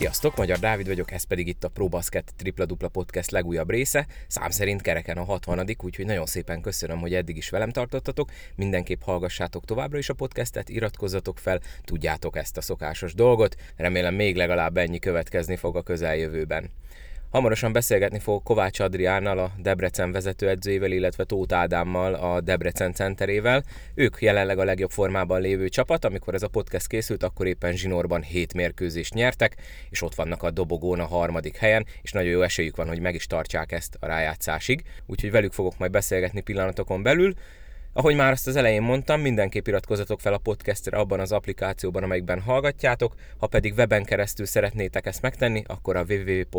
Sziasztok, Magyar Dávid vagyok, ez pedig itt a ProBasket Tripla-Dupla Podcast legújabb része, szám szerint kereken a 60., úgyhogy nagyon szépen köszönöm, hogy eddig is velem tartottatok, mindenképp hallgassátok továbbra is a podcastet, iratkozzatok fel, tudjátok ezt a szokásos dolgot, remélem még legalább ennyi következni fog a közeljövőben. Hamarosan beszélgetni fogok Kovács Adriánnal, a Debrecen vezetőedzőjével, illetve Tóth Ádámmal, a Debrecen centerével. Ők jelenleg a legjobb formában lévő csapat, amikor ez a podcast készült, akkor éppen zsinórban 7 mérkőzést nyertek, és ott vannak a dobogón a 3. helyen, és nagyon jó esélyük van, hogy meg is tartsák ezt a rájátszásig. Úgyhogy velük fogok majd beszélgetni pillanatokon belül. Ahogy már azt az elején mondtam, mindenképp iratkozzatok fel a podcastre abban az applikációban, amelyikben hallgatjátok, ha pedig weben keresztül szeretnétek ezt megtenni, akkor a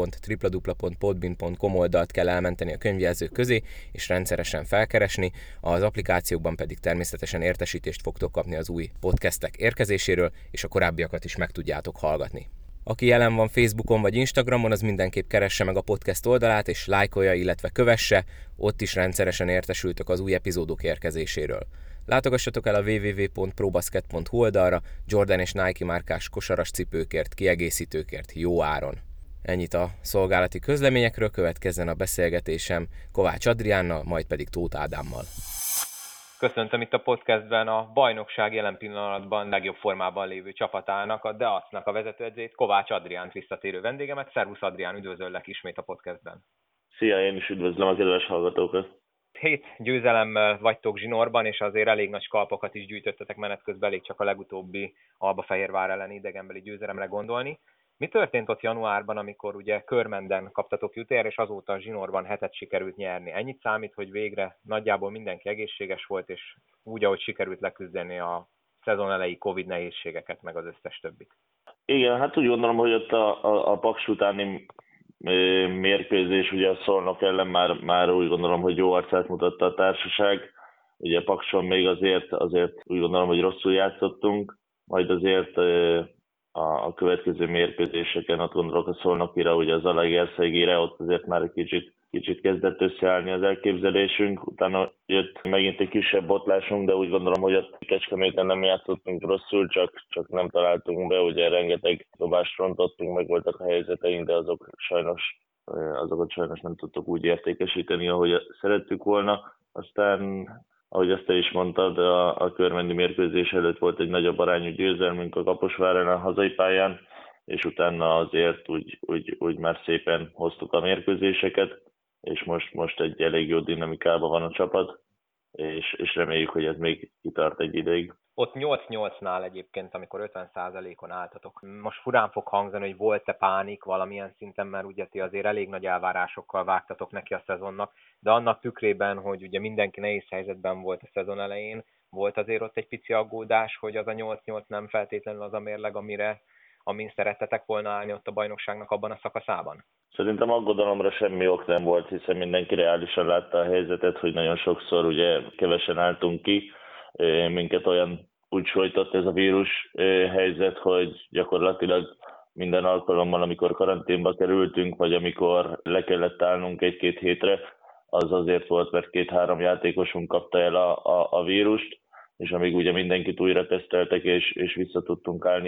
www.tripladupla.podbean.com oldalt kell elmenteni a könyvjelzők közé, és rendszeresen felkeresni, az applikációkban pedig természetesen értesítést fogtok kapni az új podcastek érkezéséről, és a korábbiakat is meg tudjátok hallgatni. Aki jelen van Facebookon vagy Instagramon, az mindenképp keresse meg a podcast oldalát, és lájkolja, illetve kövesse, ott is rendszeresen értesültök az új epizódok érkezéséről. Látogassatok el a www.probasket.hu oldalra Jordan és Nike márkás kosaras cipőkért, kiegészítőkért jó áron. Ennyit a szolgálati közleményekről, következzen a beszélgetésem Kovács Adriánnal, majd pedig Tóth Ádámmal. Köszöntöm itt a podcastben a bajnokság jelen pillanatban legjobb formában lévő csapatának, a Deacnak a vezetőedzőjét, Kovács Adriánt visszatérő vendégemet. Szervusz Adrián, üdvözöllek ismét a podcastben. Szia, én is üdvözlöm a kedves hallgatókat. 7 győzelemmel vagytok zsinórban, és azért elég nagy skalpokat is gyűjtöttetek menet közben, elég csak a legutóbbi Albafehérvár elleni idegenbeli győzelemre gondolni. Mi történt ott januárban, amikor ugye Körmenden kaptatok jutér, és azóta a zsinórban 7-et sikerült nyerni? Ennyit számít, hogy végre nagyjából mindenki egészséges volt, és úgy, ahogy sikerült leküzdeni a szezon elejé Covid nehézségeket, meg az összes többit? Igen, hát úgy gondolom, hogy ott a Paks utáni mérkőzés, ugye a Szolnok ellen már úgy gondolom, hogy jó arcát mutatta a társaság. Ugye Pakson még azért úgy gondolom, hogy rosszul játszottunk, majd azért a következő mérkőzéseken, ott gondolok a Szolnokira, ugye az Zalaegerszegire, ott azért már egy kicsit kezdett összeállni az elképzelésünk. Utána jött megint egy kisebb botlásunk, de úgy gondolom, hogy a Kecskeméten nem játszottunk rosszul, csak nem találtunk be, ugye rengeteg dobást rontottunk, meg voltak a helyzeteink, de azokat sajnos nem tudtuk úgy értékesíteni, ahogy szerettük volna. Aztán, ahogy azt te is mondtad, a körmendi mérkőzés előtt volt egy nagyobb arányú győzelmünk a Kaposváron a hazai pályán, és utána azért úgy már szépen hoztuk a mérkőzéseket, és most egy elég jó dinamikában van a csapat, és reméljük, hogy ez még kitart egy ideig. Ott 8-8-nál egyébként, amikor 50%-on álltatok. Most furán fog hangzani, hogy volt-e pánik valamilyen szinten, mert ugye ti azért elég nagy elvárásokkal vágtatok neki a szezonnak, de annak tükrében, hogy ugye mindenki nehéz helyzetben volt a szezon elején, volt azért ott egy pici aggódás, hogy az a 8-8 nem feltétlenül az a mérleg, amin szerettetek volna állni ott a bajnokságnak abban a szakaszában? Szerintem aggodalomra semmi ok nem volt, hiszen mindenki reálisan látta a helyzetet, hogy nagyon sokszor ugye kevesen álltunk ki, minket úgy sújtott ez a vírus helyzet, hogy gyakorlatilag minden alkalommal, amikor karanténba kerültünk, vagy amikor le kellett állnunk 1-2 hétre, az azért volt, mert 2-3 játékosunk kapta el a vírust, és amíg ugye mindenkit újra teszteltek, és vissza tudtunk állni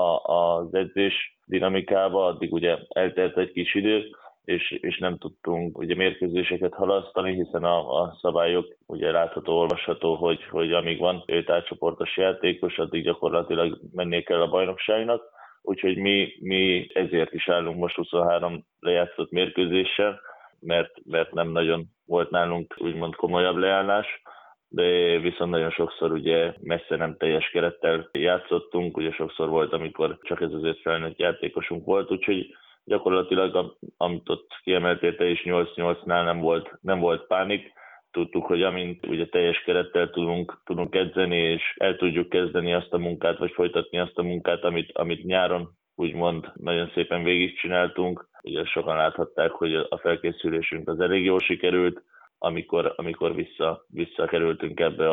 az edzés dinamikába, addig ugye eltelt egy kis idő, és nem tudtunk ugye mérkőzéseket halasztani, hiszen a szabályok ugye látható, olvasható, hogy amíg van 5 átcsoportos játékos, addig gyakorlatilag mennie kell a bajnokságnak. Úgyhogy mi ezért is állunk most 23 lejátszott mérkőzéssel, mert nem nagyon volt nálunk úgymond komolyabb leállás, de viszont nagyon sokszor ugye messze nem teljes kerettel játszottunk, ugye sokszor volt, amikor csak ez az 5 felnőtt játékosunk volt, úgyhogy gyakorlatilag, amit ott kiemeltél te is, 8-8-nál nem volt pánik. Tudtuk, hogy amint ugye teljes kerettel tudunk edzeni, és el tudjuk kezdeni azt a munkát, vagy folytatni azt a munkát, amit nyáron úgymond nagyon szépen végigcsináltunk. Ugye sokan láthatták, hogy a felkészülésünk az elég jól sikerült, amikor visszakerültünk ebbe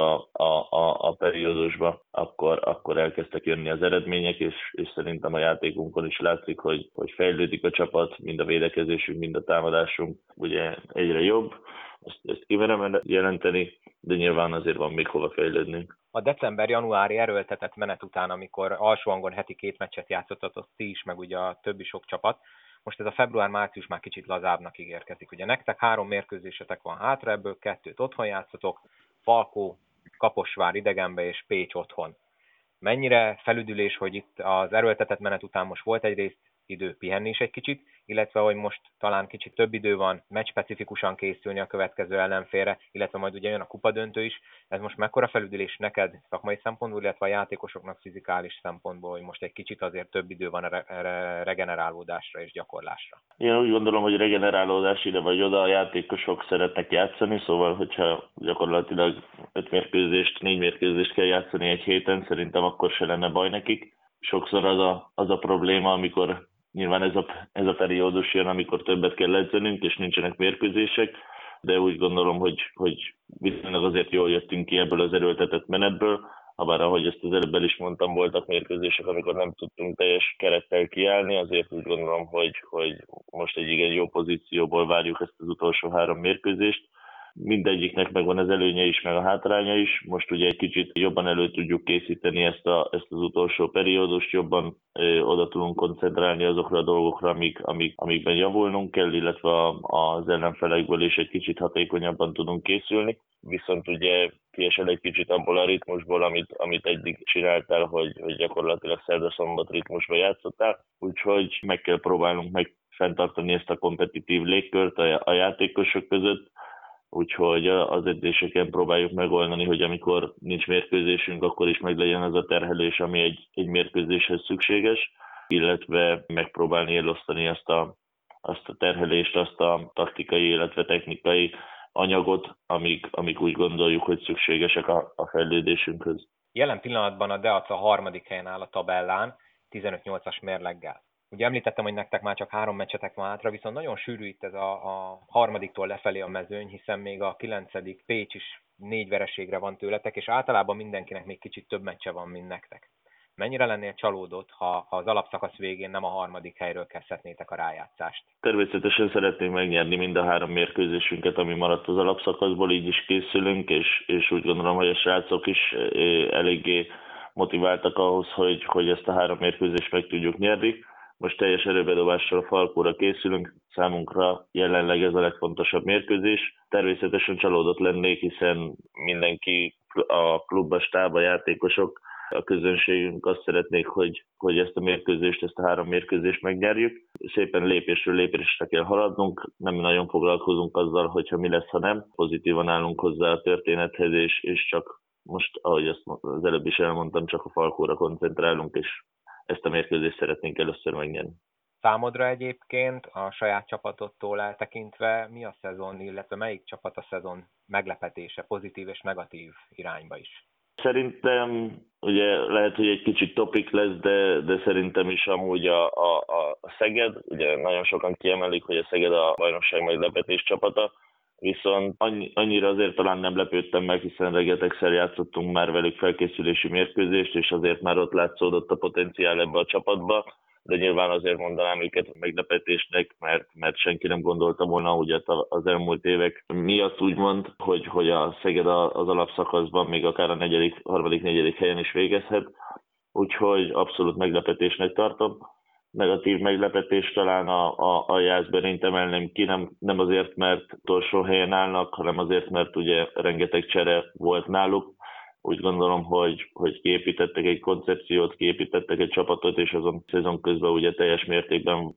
a periódusba, akkor elkezdtek jönni az eredmények, és szerintem a játékunkon is látszik, hogy fejlődik a csapat, mind a védekezésünk, mind a támadásunk ugye egyre jobb. Ezt kimerem jelenteni, de nyilván azért van még hova fejlődnünk. A december-januári erőltetett menet után, amikor alsóhangon heti 2 meccset játszottatok ti is, meg ugye a többi sok csapat, most ez a február-március már kicsit lazábbnak ígérkezik. Ugye nektek 3 mérkőzésetek van hátra, ebből 2-t otthon játszotok, Falkó, Kaposvár idegenbe és Pécs otthon. Mennyire felüdülés, hogy itt az erőltetett menet után most volt egyrészt idő pihenni is egy kicsit, illetve hogy most talán kicsit több idő van meccs-specifikusan készülni a következő ellenfélre, illetve majd ugye jön a kupadöntő is. Ez most mekkora felüdülés neked szakmai szempontból, illetve a játékosoknak fizikális szempontból, hogy most egy kicsit azért több idő van a regenerálódásra és gyakorlásra? Én úgy gondolom, hogy regenerálódás ide vagy oda, a játékosok szeretnek játszani, szóval hogyha gyakorlatilag 5 mérkőzést, 4 mérkőzést kell játszani egy héten, szerintem akkor se lenne baj nekik. Sokszor az a probléma, amikor nyilván ez a periódus jön, amikor többet kell edzenünk, és nincsenek mérkőzések, de úgy gondolom, hogy viszonylag azért jól jöttünk ki ebből az erőltetett menetből, habár ahogy ezt az előbb el is mondtam, voltak mérkőzések, amikor nem tudtunk teljes kerettel kiállni, azért úgy gondolom, hogy most egy igen jó pozícióból várjuk ezt az utolsó 3 mérkőzést. Mindegyiknek megvan az előnye is, meg a hátránya is. Most ugye egy kicsit jobban elő tudjuk készíteni ezt az utolsó periódust, jobban oda tudunk koncentrálni azokra a dolgokra, amikben javulnunk kell, illetve az ellenfelekből is egy kicsit hatékonyabban tudunk készülni. Viszont ugye kiesel egy kicsit abból a ritmusból, amit eddig csináltál, hogy gyakorlatilag szerda-szombat ritmusba játszottál. Úgyhogy meg kell próbálnunk fenntartani ezt a kompetitív légkört a játékosok között. Úgyhogy az edzéseken próbáljuk megoldani, hogy amikor nincs mérkőzésünk, akkor is meglegyen az a terhelés, ami egy mérkőzéshez szükséges, illetve megpróbálni elosztani azt a terhelést, azt a taktikai, illetve technikai anyagot, amik úgy gondoljuk, hogy szükségesek a fejlődésünkhöz. Jelen pillanatban a Deac a 3. helyen áll a tabellán, 15-8-as mérleggel. Ugye említettem, hogy nektek már csak 3 meccsetek van hátra, viszont nagyon sűrű itt ez a 3-tól lefelé a mezőny, hiszen még a 9. Pécs is 4 vereségre van tőletek, és általában mindenkinek még kicsit több meccse van, mint nektek. Mennyire lennél csalódott, ha az alapszakasz végén nem a 3. helyről kezdhetnétek a rájátszást? Természetesen szeretnénk megnyerni mind a 3 mérkőzésünket, ami maradt az alapszakaszból, így is készülünk, és úgy gondolom, hogy a srácok is eléggé motiváltak ahhoz, hogy ezt a 3 mérkőzést meg tudjuk nyerni. Most teljes erőbedobással a Falkóra készülünk, számunkra jelenleg ez a legfontosabb mérkőzés. Természetesen csalódott lennék, hiszen mindenki, a klub, a stáb, a játékosok, a közönségünk azt szeretnék, hogy ezt a mérkőzést, ezt a 3 mérkőzést megnyerjük. Szépen lépésről lépésre kell haladnunk, nem nagyon foglalkozunk azzal, hogyha mi lesz, ha nem. Pozitívan állunk hozzá a történethez, és csak most, ahogy azt az előbb is elmondtam, csak a Falkóra koncentrálunk, és ezt a mérkőzést szeretnénk először megnyerni. Számodra egyébként a saját csapatottól eltekintve mi a szezon, illetve melyik csapat a szezon meglepetése, pozitív és negatív irányba is? Szerintem, ugye lehet, hogy egy kicsit topik lesz, de szerintem is amúgy a Szeged, ugye nagyon sokan kiemelik, hogy a Szeged a bajnokság meglepetés csapata, viszont annyira azért talán nem lepődtem meg, hiszen rengetegszer játszottunk már velük felkészülési mérkőzést, és azért már ott látszódott a potenciál ebbe a csapatba, de nyilván azért mondanám őket meglepetésnek, mert senki nem gondolta volna, ugye az elmúlt évek miatt úgymond, hogy a Szeged az alapszakaszban még akár a 3.-4. helyen is végezhet, úgyhogy abszolút meglepetésnek tartom. Negatív meglepetés talán a Jászberint emelném ki, nem azért, mert utolsó helyen állnak, hanem azért, mert ugye rengeteg csere volt náluk. Úgy gondolom, hogy kiépítettek egy koncepciót, kiépítettek egy csapatot, és azon szezon közben ugye teljes mértékben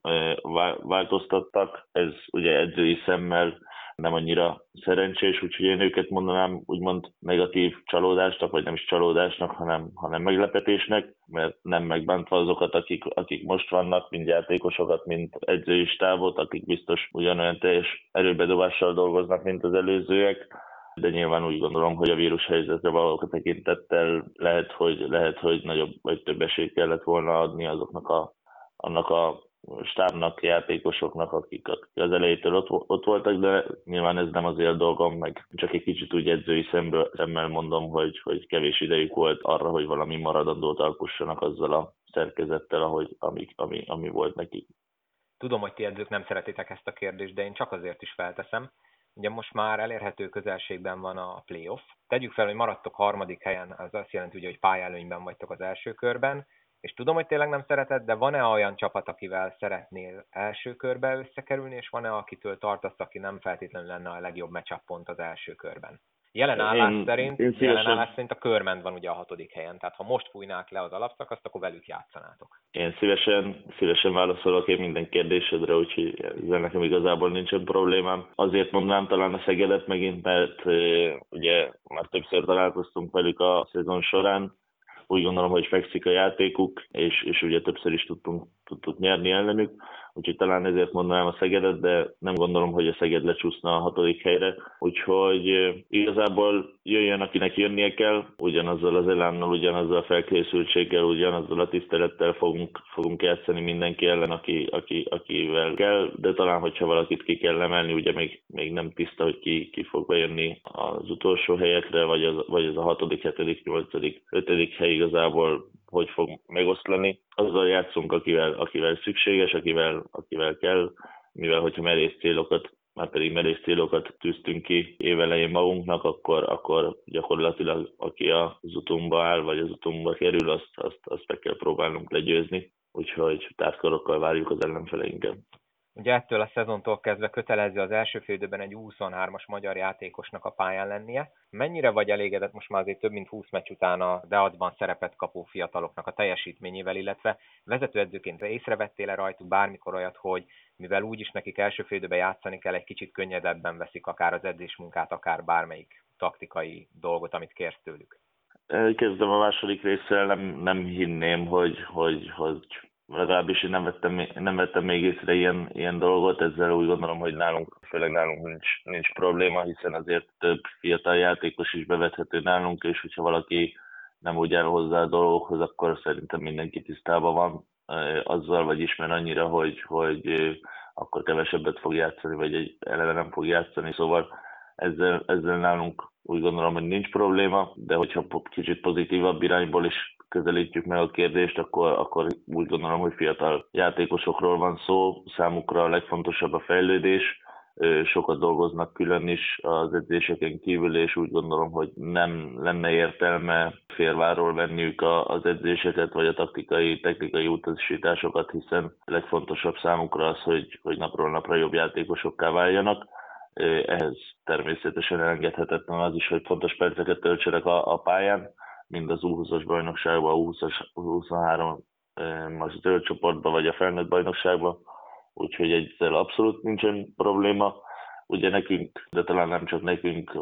változtattak. Ez ugye edzői szemmel nem annyira szerencsés, úgyhogy én őket mondanám úgymond negatív csalódásnak, vagy nem is csalódásnak, hanem meglepetésnek, mert nem megbántva azokat, akik most vannak, mind játékosokat, mind edzői stábot, akik biztos ugyanolyan teljes erőbedobással dolgoznak, mint az előzőek. De nyilván úgy gondolom, hogy a vírus helyzetre való tekintettel lehet, hogy nagyobb vagy több esélyt kellett volna adni annak a stábnak, játékosoknak, akik az elejétől ott voltak, de nyilván ez nem az én dolgom, meg csak egy kicsit úgy edzői szemmel mondom, hogy kevés idejük volt arra, hogy valami maradandót alkossanak azzal a szerkezettel, ami volt nekik. Tudom, hogy ti edzők nem szeretitek ezt a kérdést, de én csak azért is felteszem, ugye most már elérhető közelségben van a playoff. Tegyük fel, hogy maradtok harmadik helyen, az azt jelenti, ugye, hogy pályáölőnyben vagytok az első körben, és tudom, hogy tényleg nem szereted, de van-e olyan csapat, akivel szeretnél első körbe összekerülni, és van-e, akitől tartasz, aki nem feltétlenül lenne a legjobb matchup pont az első körben? Jelen állás szerint a Körment van ugye a 6. helyen, tehát ha most fújnák le az alapszakaszt, akkor velük játszanátok. Én szívesen válaszolok én minden kérdésedre, úgyhogy ezzel nekem igazából nincsen problémám. Azért mondanám talán a Szegedet megint, mert ugye már többször találkoztunk velük a szezon során. Úgy gondolom, hogy fekszik a játékuk, és ugye többször is tudtuk nyerni ellenük, úgyhogy talán ezért mondanám a Szegedet, de nem gondolom, hogy a Szeged lecsúszna a 6. helyre. Úgyhogy igazából jöjjön, akinek jönnie kell, ugyanazzal az elánnal, ugyanazzal a felkészültséggel, ugyanazzal a tisztelettel fogunk játszani mindenki ellen, akivel kell, de talán, hogyha valakit ki kell emelni, ugye még nem tiszta, hogy ki fog bejönni az utolsó helyekre, vagy az a 6., 7., 8., 5. hely igazából hogy fog megoszlani. Azzal játszunk, akivel szükséges, akivel kell, mivel hogyha merész célokat tűztünk ki évelején magunknak, akkor gyakorlatilag aki az utunkba áll, vagy az utunkba kerül, azt meg kell próbálnunk legyőzni. Úgyhogy tártkorokkal várjuk az ellenfeleinket. Ugye ettől a szezontól kezdve kötelező az első félidőben egy 23-as magyar játékosnak a pályán lennie. Mennyire vagy elégedett most már azért több mint 20 meccs után a Deacban szerepet kapó fiataloknak a teljesítményével, illetve vezetőedzőként észrevettél-e rajtuk bármikor olyat, hogy mivel úgyis nekik első félidőben játszani kell, egy kicsit könnyedebben veszik akár az edzésmunkát, akár bármelyik taktikai dolgot, amit kérsz tőlük? Kezdem a második résszel, nem hinném, hogy legalábbis én nem vettem még észre ilyen dolgot, ezzel úgy gondolom, hogy főleg nálunk nincs probléma, hiszen azért több fiatal játékos is bevethető nálunk, és hogyha valaki nem úgy áll hozzá a dolgokhoz, akkor szerintem mindenki tisztában van azzal, vagy ismer annyira, hogy akkor kevesebbet fog játszani, vagy eleve nem fog játszani, szóval ezzel nálunk úgy gondolom, hogy nincs probléma, de hogyha kicsit pozitívabb irányból is közelítjük meg a kérdést, akkor úgy gondolom, hogy fiatal játékosokról van szó, számukra a legfontosabb a fejlődés, sokat dolgoznak külön is az edzéseken kívül, és úgy gondolom, hogy nem lenne értelme félváról venniük az edzéseket, vagy a technikai utasításokat, hiszen a legfontosabb számukra az, hogy napról napra jobb játékosokká váljanak. Ehhez természetesen elengedhetetlen az is, hogy fontos perceket töltsenek a pályán, mind az U20-as bajnokságban, a U23 az csoportban, vagy a felnőtt bajnokságban, úgyhogy ezzel abszolút nincsen probléma. Ugye nekünk, de talán nem csak nekünk,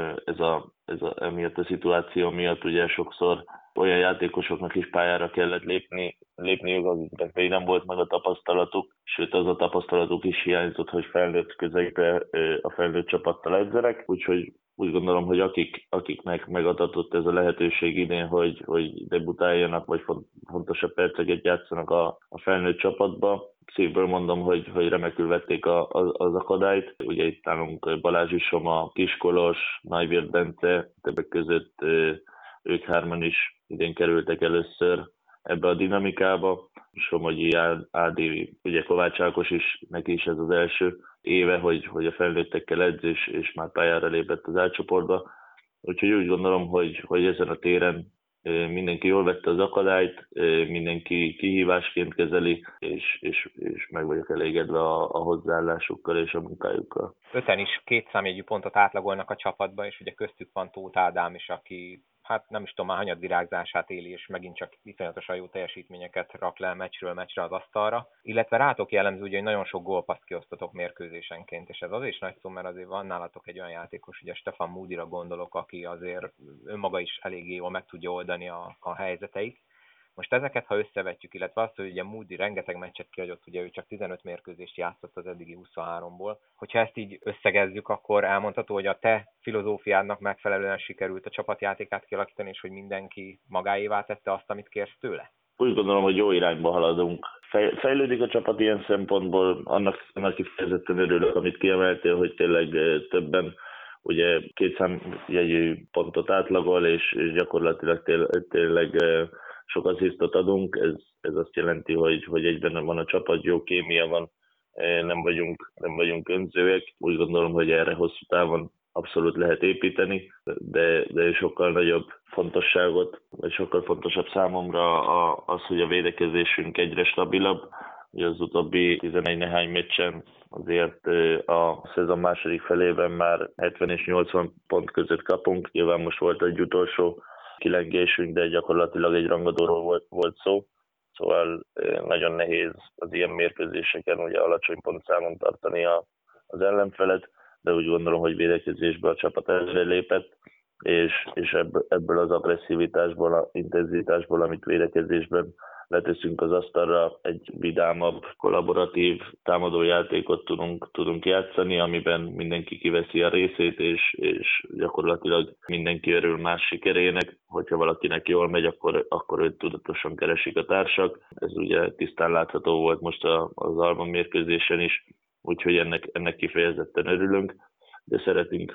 emiatt a szituáció miatt ugye sokszor olyan játékosoknak is pályára kellett lépniük, akiknek még nem volt meg a tapasztalatuk, sőt az a tapasztalatuk is hiányzott, hogy felnőtt közegbe a felnőtt csapattal edzenek, úgyhogy úgy gondolom, hogy akiknek megadatott ez a lehetőség idén, hogy debutáljanak, vagy fontosabb perceket játszanak a felnőtt csapatba. Szívből mondom, hogy remekül vették az akadályt. Ugye itt nálunk Balázs Isoma, Kiskolos, Najvirt Bence, többek között ők hárman is idén kerültek először ebbe a dinamikába. Somogyi Ádi, ugye Kovács Ákos is, neki is ez az első éve, hogy a felnőttekkel edz, és már pályára lépett az átcsoportba. Úgyhogy úgy gondolom, hogy ezen a téren mindenki jól vette az akadályt, mindenki kihívásként kezeli, és meg vagyok elégedve a hozzáállásukkal és a munkájukkal. 5-en is 2 számjegyű pontot átlagolnak a csapatba, és ugye köztük van Tóth Ádám is, aki hát nem is tudom már hanyad virágzását éli, és megint csak iszonyatosan jó teljesítményeket rak le meccsről meccsre az asztalra. Illetve rátok jellemző, hogy nagyon sok gólpaszt kiosztotok mérkőzésenként, és ez azért is nagy szó, mert azért van nálatok egy olyan játékos, ugye Stefan Moodira gondolok, aki azért önmaga is eléggé jól meg tudja oldani a helyzeteit. Most ezeket, ha összevetjük, illetve azt, hogy ugye Moody rengeteg meccset kihagyott, ugye ő csak 15 mérkőzést játszott az eddigi 23-ból. Hogyha ezt így összegezzük, akkor elmondható, hogy a te filozófiádnak megfelelően sikerült a csapatjátékát kialakítani, és hogy mindenki magáévá tette azt, amit kérsz tőle? Úgy gondolom, hogy jó irányba haladunk. Fejlődik a csapat ilyen szempontból, annak kifejezetten örülök, amit kiemeltél, hogy tényleg többen ugye 2 számjegyű pontot átlagol, és gyakorlatilag tényleg sok asszisztot adunk, ez azt jelenti, hogy egyben van a csapat, jó kémia van nem vagyunk önzőek. Úgy gondolom, hogy erre hosszú távon abszolút lehet építeni, de sokkal nagyobb fontosságot, vagy sokkal fontosabb számomra az, hogy a védekezésünk egyre stabilabb. Ugye az utóbbi 11 nehány meccsen azért a szezon második felében már 70 és 80 pont között kapunk. Nyilván most volt egy utolsó kilengésünk, de gyakorlatilag egy rangadóról volt szó. Szóval nagyon nehéz az ilyen mérkőzéseken ugye alacsony pontszámon tartani az ellenfelet, de úgy gondolom, hogy védekezésben a csapat előre lépett, és ebből az agresszivitásból, az intenzitásból, amit védekezésben leteszünk az asztalra, egy vidámabb, kollaboratív támadójátékot tudunk játszani, amiben mindenki kiveszi a részét, és gyakorlatilag mindenki örül más sikerének. Hogyha valakinek jól megy, akkor őt tudatosan keresik a társak. Ez ugye tisztán látható volt most az Alba mérkőzésen is, úgyhogy ennek kifejezetten örülünk, de szeretnénk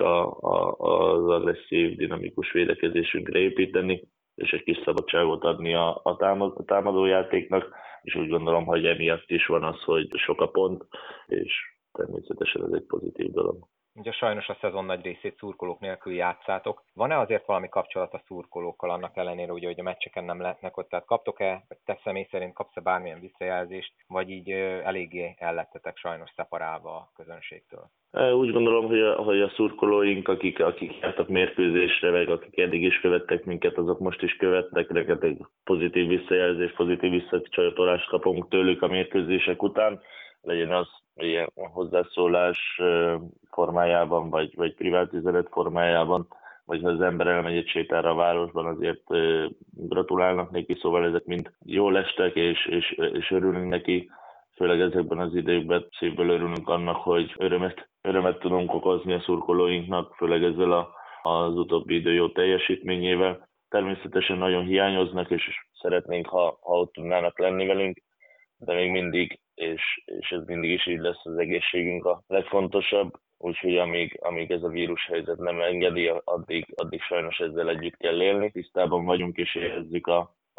az agresszív, dinamikus védekezésünkre építeni, és egy kis szabadságot adni a támadójátéknak, és úgy gondolom, hogy emiatt is van az, hogy sok a pont, és természetesen ez egy pozitív dolog. Ugye sajnos a szezon nagy részét szurkolók nélkül játszátok. Van-e azért valami kapcsolat a szurkolókkal annak ellenére, ugye, hogy a meccseken nem lehetnek ott? Tehát kaptok-e, vagy te személy szerint kapsz-e bármilyen visszajelzést, vagy így eléggé ellettetek sajnos szeparálva a közönségtől? Úgy gondolom, hogy a szurkolóink, akik jártak mérkőzésre, vagy akik eddig is követtek minket, azok most is követnek, rengeteg pozitív visszajelzés, pozitív visszacsatolást kapunk tőlük a mérkőzések után, legyen az ilyen hozzászólás formájában, vagy privát üzenet formájában, vagy ha az ember elmegy egy sétára a városban, azért gratulálnak neki, szóval ezek mind jól estek, és örülünk neki, főleg ezekben az időkben szívből örülünk annak, hogy örömet tudunk okozni a szurkolóinknak, főleg ezzel az utóbbi idő jó teljesítményével. Természetesen nagyon hiányoznak, és szeretnénk, ha ott tudnának lenni velünk, de még mindig, és ez mindig is így lesz, az egészségünk a legfontosabb, úgyhogy amíg ez a vírushelyzet nem engedi, addig sajnos ezzel együtt kell élni. Tisztában vagyunk és érezzük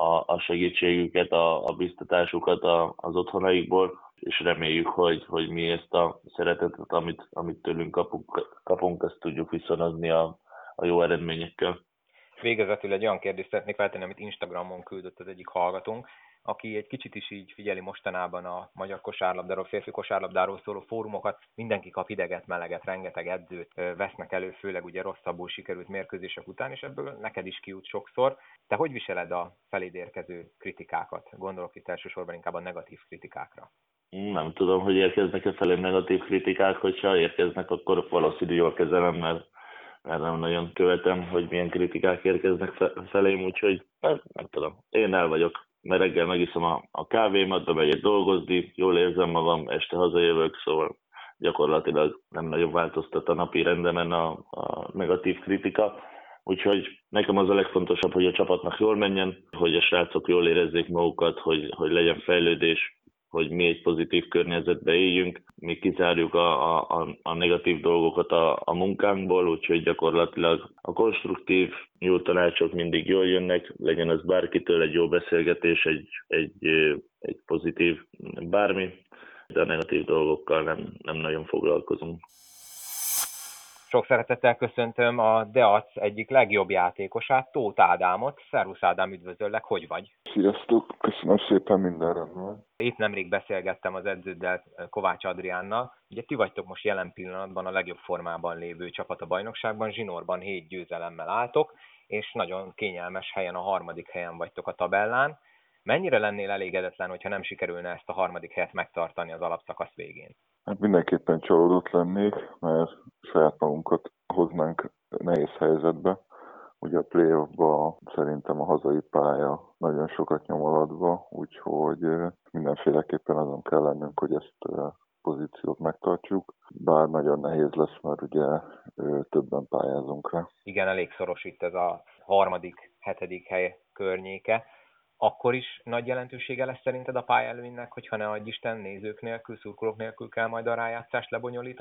a segítségüket, a biztatásukat az otthonaikból, és reméljük, hogy mi ezt a szeretetet, amit tőlünk kapunk, azt tudjuk viszonozni a jó eredményekkel. Végezetül egy olyan kérdést szeretnék feltenni, amit Instagramon küldött az egyik hallgatónk, aki egy kicsit is így figyeli mostanában a magyar kosárlabdáról, férfi kosárlabdáról szóló fórumokat, mindenki kap hideget, meleget, rengeteg edzőt vesznek elő, főleg ugye rosszabbul sikerült mérkőzések után, és ebből neked is kijut sokszor. Te hogy viseled a feléd érkező kritikákat? Gondolok itt elsősorban inkább a negatív kritikákra. Nem tudom, hogy érkeznek-e felém negatív kritikák, hogyha érkeznek, akkor valószínű jól kezelem, mert nem nagyon követem, hogy milyen kritikák érkeznek felém, úgyhogy nem tudom. Én el vagyok, mert reggel megiszom a kávémat, bemegyek dolgozni, jól érzem magam, este hazajövök, szóval gyakorlatilag nem nagyon változtat a napi rendemen a negatív kritika. Úgyhogy nekem az a legfontosabb, hogy a csapatnak jól menjen, hogy a srácok jól érezzék magukat, hogy legyen fejlődés, hogy mi egy pozitív környezetbe éljünk, mi kizárjuk a negatív dolgokat a munkánkból, úgyhogy gyakorlatilag a konstruktív, jó tanácsok mindig jól jönnek, legyen az bárkitől egy jó beszélgetés, egy pozitív bármi, de a negatív dolgokkal nem nagyon foglalkozunk. Sok szeretettel köszöntöm a Deac egyik legjobb játékosát, Tóth Ádámot. Szervusz Ádám, üdvözöllek, hogy vagy? Sziasztok, köszönöm szépen, minden rendben. Épp nemrég beszélgettem az edződdel, Kovács Adriánnal. Ugye ti vagytok most jelen pillanatban a legjobb formában lévő csapat a bajnokságban, zsinórban 7 győzelemmel álltok, és nagyon kényelmes helyen, a 3. helyen vagytok a tabellán. Mennyire lennél elégedetlen, hogyha nem sikerülne ezt a 3. helyet megtartani az alapszakasz végén? Hát mindenképpen csalódott lennék, mert saját magunkat hoznánk nehéz helyzetbe. Ugye a play-offban szerintem a hazai pálya nagyon sokat nyom alatba, úgyhogy mindenféleképpen azon kell lennünk, hogy ezt a pozíciót megtartjuk. Bár nagyon nehéz lesz, mert ugye többen pályázunk rá. Igen, elég szoros itt ez a 3., 7. hely környéke. Akkor is nagy jelentősége lesz szerinted a pályaelőnynek, hogyha ne adj Isten nézők nélkül, szurkolók nélkül kell majd a rájátszást lebonyolítani?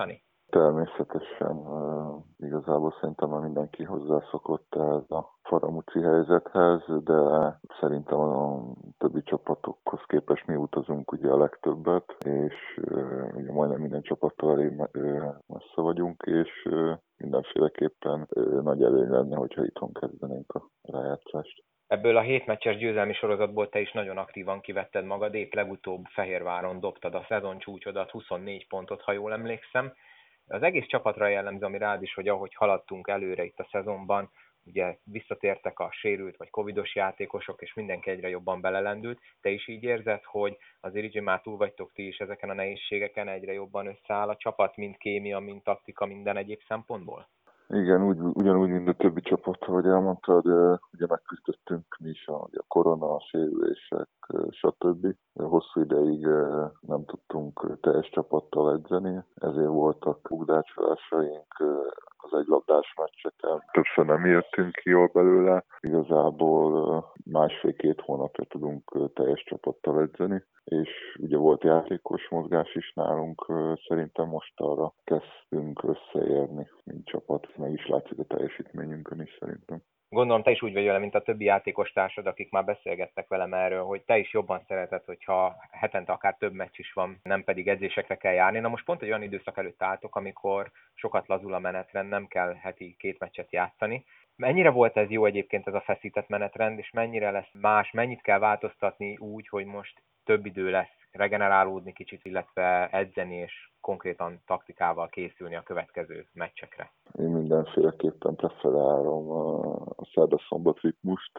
Természetesen igazából szerintem már mindenki hozzászokott ehhez a Faramúci helyzethez, de szerintem a többi csapatokhoz képest mi utazunk ugye a legtöbbet, és ugye majdnem minden csapattal elég messze vagyunk, és mindenféleképpen nagy előny lenne, hogyha itthon kezdenénk a rájátszást. Ebből a 7 meccses győzelmi sorozatból te is nagyon aktívan kivetted magad, épp legutóbb Fehérváron dobtad a szezon csúcsodat, 24 pontot, ha jól emlékszem. Az egész csapatra jellemző, ami rád is, hogy ahogy haladtunk előre itt a szezonban, ugye visszatértek a sérült vagy covidos játékosok, és mindenki egyre jobban belelendült. Te is így érzed, hogy azért így már túl vagytok ti is ezeken a nehézségeken, egyre jobban összeáll a csapat, mind kémia, mind taktika, minden egyéb szempontból? Igen, ugyanúgy, mint a többi csapat, ahogy elmondtad, ugye megküzdöttünk mi is a korona, a sérülések, stb. Hosszú ideig nem tudtunk teljes csapattal edzeni, ezért voltak ugdácsolásaink az egylabdás meccseken. Többször nem jöttünk ki jól belőle, igazából 1,5-2 hónapja tudunk teljes csapattal edzeni, és ugye volt játékos mozgás is nálunk, szerintem most arra kezdtünk összeérni, mint csapat. Meg is látszik a teljesítményünkön is szerintem. Gondolom, te is úgy vagy vele, mint a többi játékos társad, akik már beszélgettek velem erről, hogy te is jobban szereted, hogyha hetente akár több meccs is van, nem pedig edzésekre kell járni. Na most pont egy olyan időszak előtt álltok, amikor sokat lazul a menetrend, nem kell heti 2 meccset játszani. Mennyire volt ez jó egyébként ez a feszített menetrend, és mennyire lesz más, mennyit kell változtatni úgy, hogy most több idő lesz regenerálódni kicsit, illetve edzeni és konkrétan taktikával készülni a következő meccsekre? Én mindenféleképpen preferálom a szerda-szombat ritmust.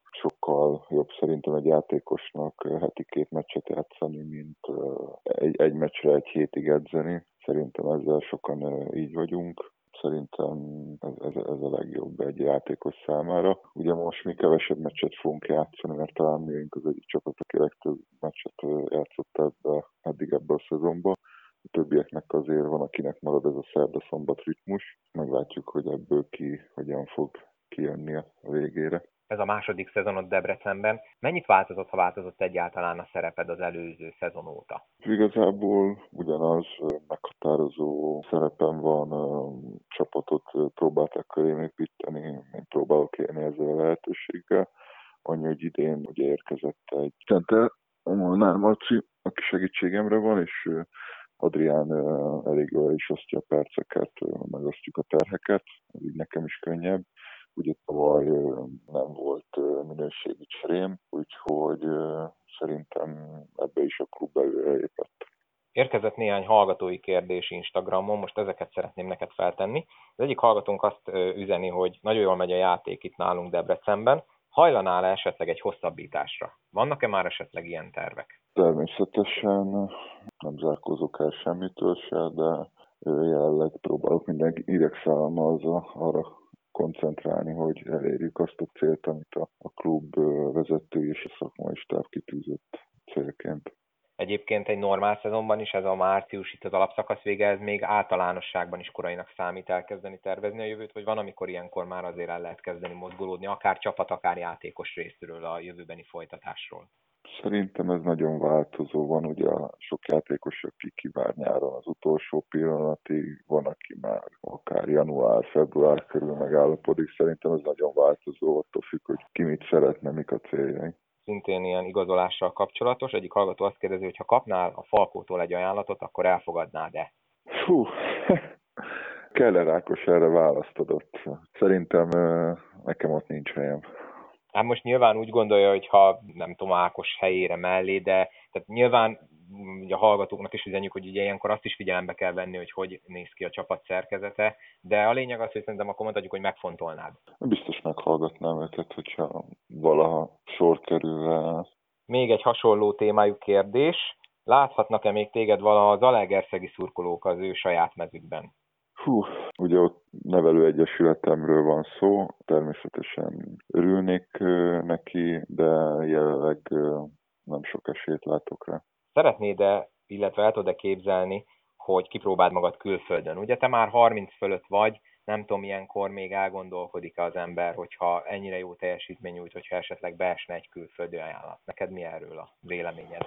Sokkal jobb szerintem egy játékosnak heti 2 meccset játszani, mint egy meccsre egy hétig edzeni. Szerintem ezzel sokan így vagyunk. Szerintem ez a legjobb egy játékos számára. Ugye most mi kevesebb meccset fogunk játszani, mert talán miénk az egyik csapat, aki legtöbb meccset játszott eddig ebbe a szezonban. A többieknek azért van, akinek marad ez a szerda-szombat ritmus. Meglátjuk, hogy ebből ki hogyan fog kijönni a végére. Ez a második szezonod Debrecenben. Mennyit változott, ha változott egyáltalán a szereped az előző szezon óta? Igazából ugyanaz, meghatározó szerepem van, csapatot próbálták körém építeni, én próbálok élni ezzel a lehetőséggel. Annyi, hogy idén ugye érkezett egy center, Molnár Marci, aki segítségemre van, és Adrián elég jól is osztja a perceket, megosztjuk a terheket, ez így nekem is könnyebb. Ugye tavaly nem volt minőségi cserém, úgyhogy szerintem ebbe is a klub előrelépett. Érkezett néhány hallgatói kérdés Instagramon, most ezeket szeretném neked feltenni. Az egyik hallgatónk azt üzeni, hogy nagyon jól megy a játék itt nálunk Debrecenben. Hajlanál esetleg egy hosszabbításra? Vannak-e már esetleg ilyen tervek? Természetesen nem zárkózok el semmitől se, de jelenleg próbálok minden idegszálammal arra koncentrálni, hogy elérjük azt a célt, amit a klub vezető és a szakmai stáb kitűzött célként. Egyébként egy normál szezonban is ez a március, itt az alapszakasz vége, ez még általánosságban is korainak számít elkezdeni tervezni a jövőt, vagy van, amikor ilyenkor már azért el lehet kezdeni mozgolódni, akár csapat, akár játékos részéről a jövőbeni folytatásról? Szerintem ez nagyon változó. Van ugye sok játékos, aki kivár nyáron az utolsó pillanatig, van, aki már akár január-február körül megállapodik. Szerintem ez nagyon változó, attól függ, hogy ki mit szeretne, mik a céljai. Szintén ilyen igazolással kapcsolatos. Egyik hallgató azt kérdezi, hogy ha kapnál a Falkótól egy ajánlatot, akkor elfogadnád-e? Fú, Keller Ákos erre választ adott. Szerintem nekem ott nincs helyem. Hát most nyilván úgy gondolja, hogy ha nem tudom, Ákos helyére mellé, de tehát nyilván ugye a hallgatóknak is üzenjük, hogy ugye ilyenkor azt is figyelembe kell venni, hogy néz ki a csapat szerkezete, de a lényeg az, hogy szerintem akkor mondhatjuk, hogy megfontolnád. Biztos meghallgatnám őket, hogyha valaha sor kerül. Még egy hasonló témájú kérdés. Láthatnak-e még téged valaha az zalaegerszegi szurkolók az ő saját mezükben? Ugye ott nevelőegyesületemről van szó, természetesen örülnék neki, de jelenleg nem sok esélyt látok rá. Szeretnéd-e, illetve el tudod-e képzelni, hogy kipróbáld magad külföldön? Ugye te már 30 fölött vagy, nem tudom, ilyenkor még elgondolkodik-e az ember, hogyha ennyire jó teljesítmény nyújt, hogyha esetleg beesne egy külföldi ajánlat. Neked mi erről a véleményed?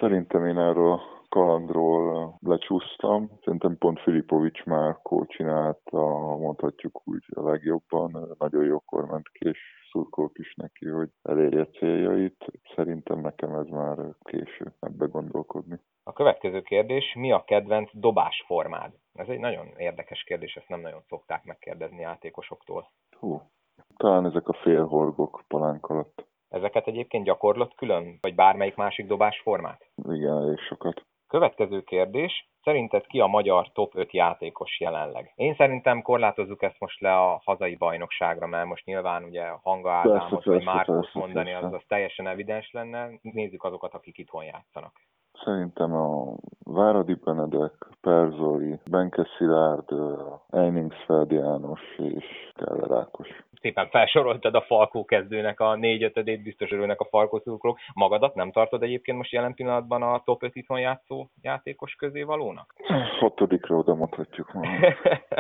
Szerintem én erről a kalandról lecsúsztam. Szerintem pont Filipovics Márkó csinálta, mondhatjuk úgy a legjobban. Nagyon jókor ment ki, és szurkolok is neki, hogy elérje céljait. Szerintem nekem ez már késő ebbe gondolkodni. A következő kérdés, mi a kedvenc dobásformád? Ez egy nagyon érdekes kérdés, ezt nem nagyon szokták megkérdezni játékosoktól. Talán ezek a félhorgok palánk alatt. Ezeket egyébként gyakorlott külön, vagy bármelyik másik dobásformát? Igen, elég sokat. Következő kérdés, szerinted ki a magyar top 5 játékos jelenleg? Én szerintem korlátozzuk ezt most le a hazai bajnokságra, mert most nyilván ugye Hanga Ádámot vagy Márkót mondani, az teljesen evidens lenne. Nézzük azokat, akik itthon játszanak. Szerintem a Váradi Benedek, Perzoli, Benke Szilárd, Einingsfeld János és Keller Ákos. Szépen felsoroltad a Falkó kezdőnek a 4-5-ét, biztos örülnek a Falkó szurkolók. Magadat nem tartod egyébként most jelen pillanatban a top 5 itthon játszó játékos közé valónak? 6-ra oda mondhatjuk már.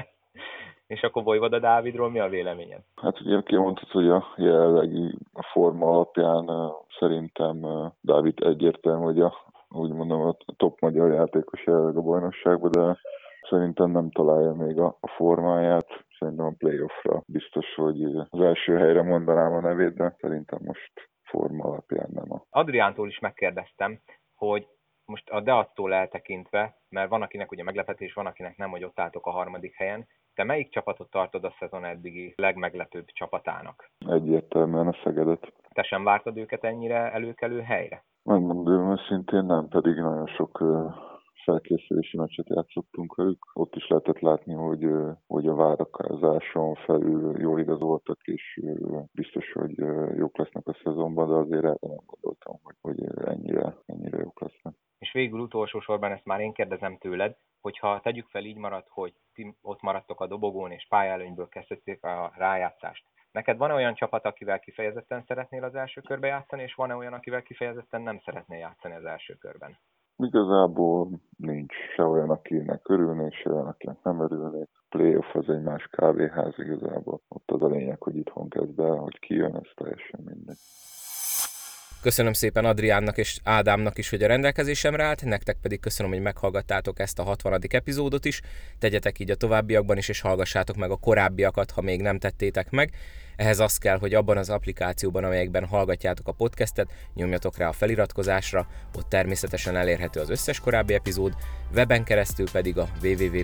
És akkor Vojvoda Dávidról mi a véleményed? Hát ugye kimondtad, hogy a jelenlegi forma alapján szerintem Dávid egyértelmű, hogy úgy mondom, a top magyar játékos jelenleg a bajnokságban, de szerintem nem találja még a formáját. Szerintem a playoffra biztos, hogy az első helyre mondanám a nevét, de szerintem most forma alapján nem a... Adriántól is megkérdeztem, hogy most a Deac-tól eltekintve, mert van akinek ugye meglepetés, van akinek nem, hogy ott álltok a 3. helyen. Te melyik csapatot tartod a szezon eddigi legmeglepőbb csapatának? Egyértelműen a Szegedet. Te sem vártad őket ennyire előkelő helyre? Megmondom őszintén nem, pedig nagyon sok felkészülési meccset játszottunk velük. Ott is lehetett látni, hogy a várakozáson felül jól igazoltak, és biztos, hogy jók lesznek a szezonban, de azért erre nem gondoltam, hogy ennyire jók lesznek. És végül utolsó sorban ezt már én kérdezem tőled, hogyha tegyük fel így marad, hogy ti ott maradtok a dobogón, és pályáelőnyből kezdték a rájátszást. Neked van-e olyan csapat, akivel kifejezetten szeretnél az első körbe játszani, és van-e olyan, akivel kifejezetten nem szeretnél játszani az első körben? Igazából nincs se olyan, akinek örülnék, se olyan, akinek nem örülnék. Playoff az egy más kávéház igazából. Ott az a lényeg, hogy itthon kezd el, hogy ki jön, ez teljesen mindegy. Köszönöm szépen Adriánnak és Ádámnak is, hogy a rendelkezésemre állt, nektek pedig köszönöm, hogy meghallgattátok ezt a 60. epizódot is. Tegyetek így a továbbiakban is, és hallgassátok meg a korábbiakat, ha még nem tettétek meg. Ehhez az kell, hogy abban az applikációban, amelyekben hallgatjátok a podcastet, nyomjatok rá a feliratkozásra, ott természetesen elérhető az összes korábbi epizód, weben keresztül pedig a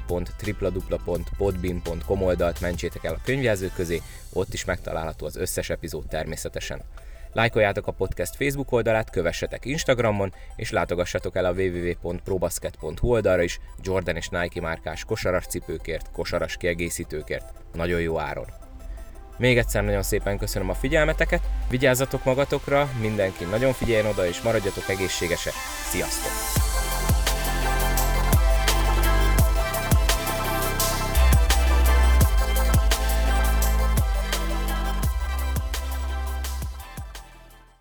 www.tripladupla.podbean.com oldalt mentsétek el a könyvjelzők közé, ott is megtalálható az összes epizód természetesen. Lájkoljátok a podcast Facebook oldalát, kövessetek Instagramon, és látogassatok el a www.probasket.hu oldalra is Jordan és Nike márkás kosaras cipőkért, kosaras kiegészítőkért, nagyon jó áron. Még egyszer nagyon szépen köszönöm a figyelmeteket, vigyázzatok magatokra, mindenki nagyon figyeljen oda, és maradjatok egészségesek, sziasztok!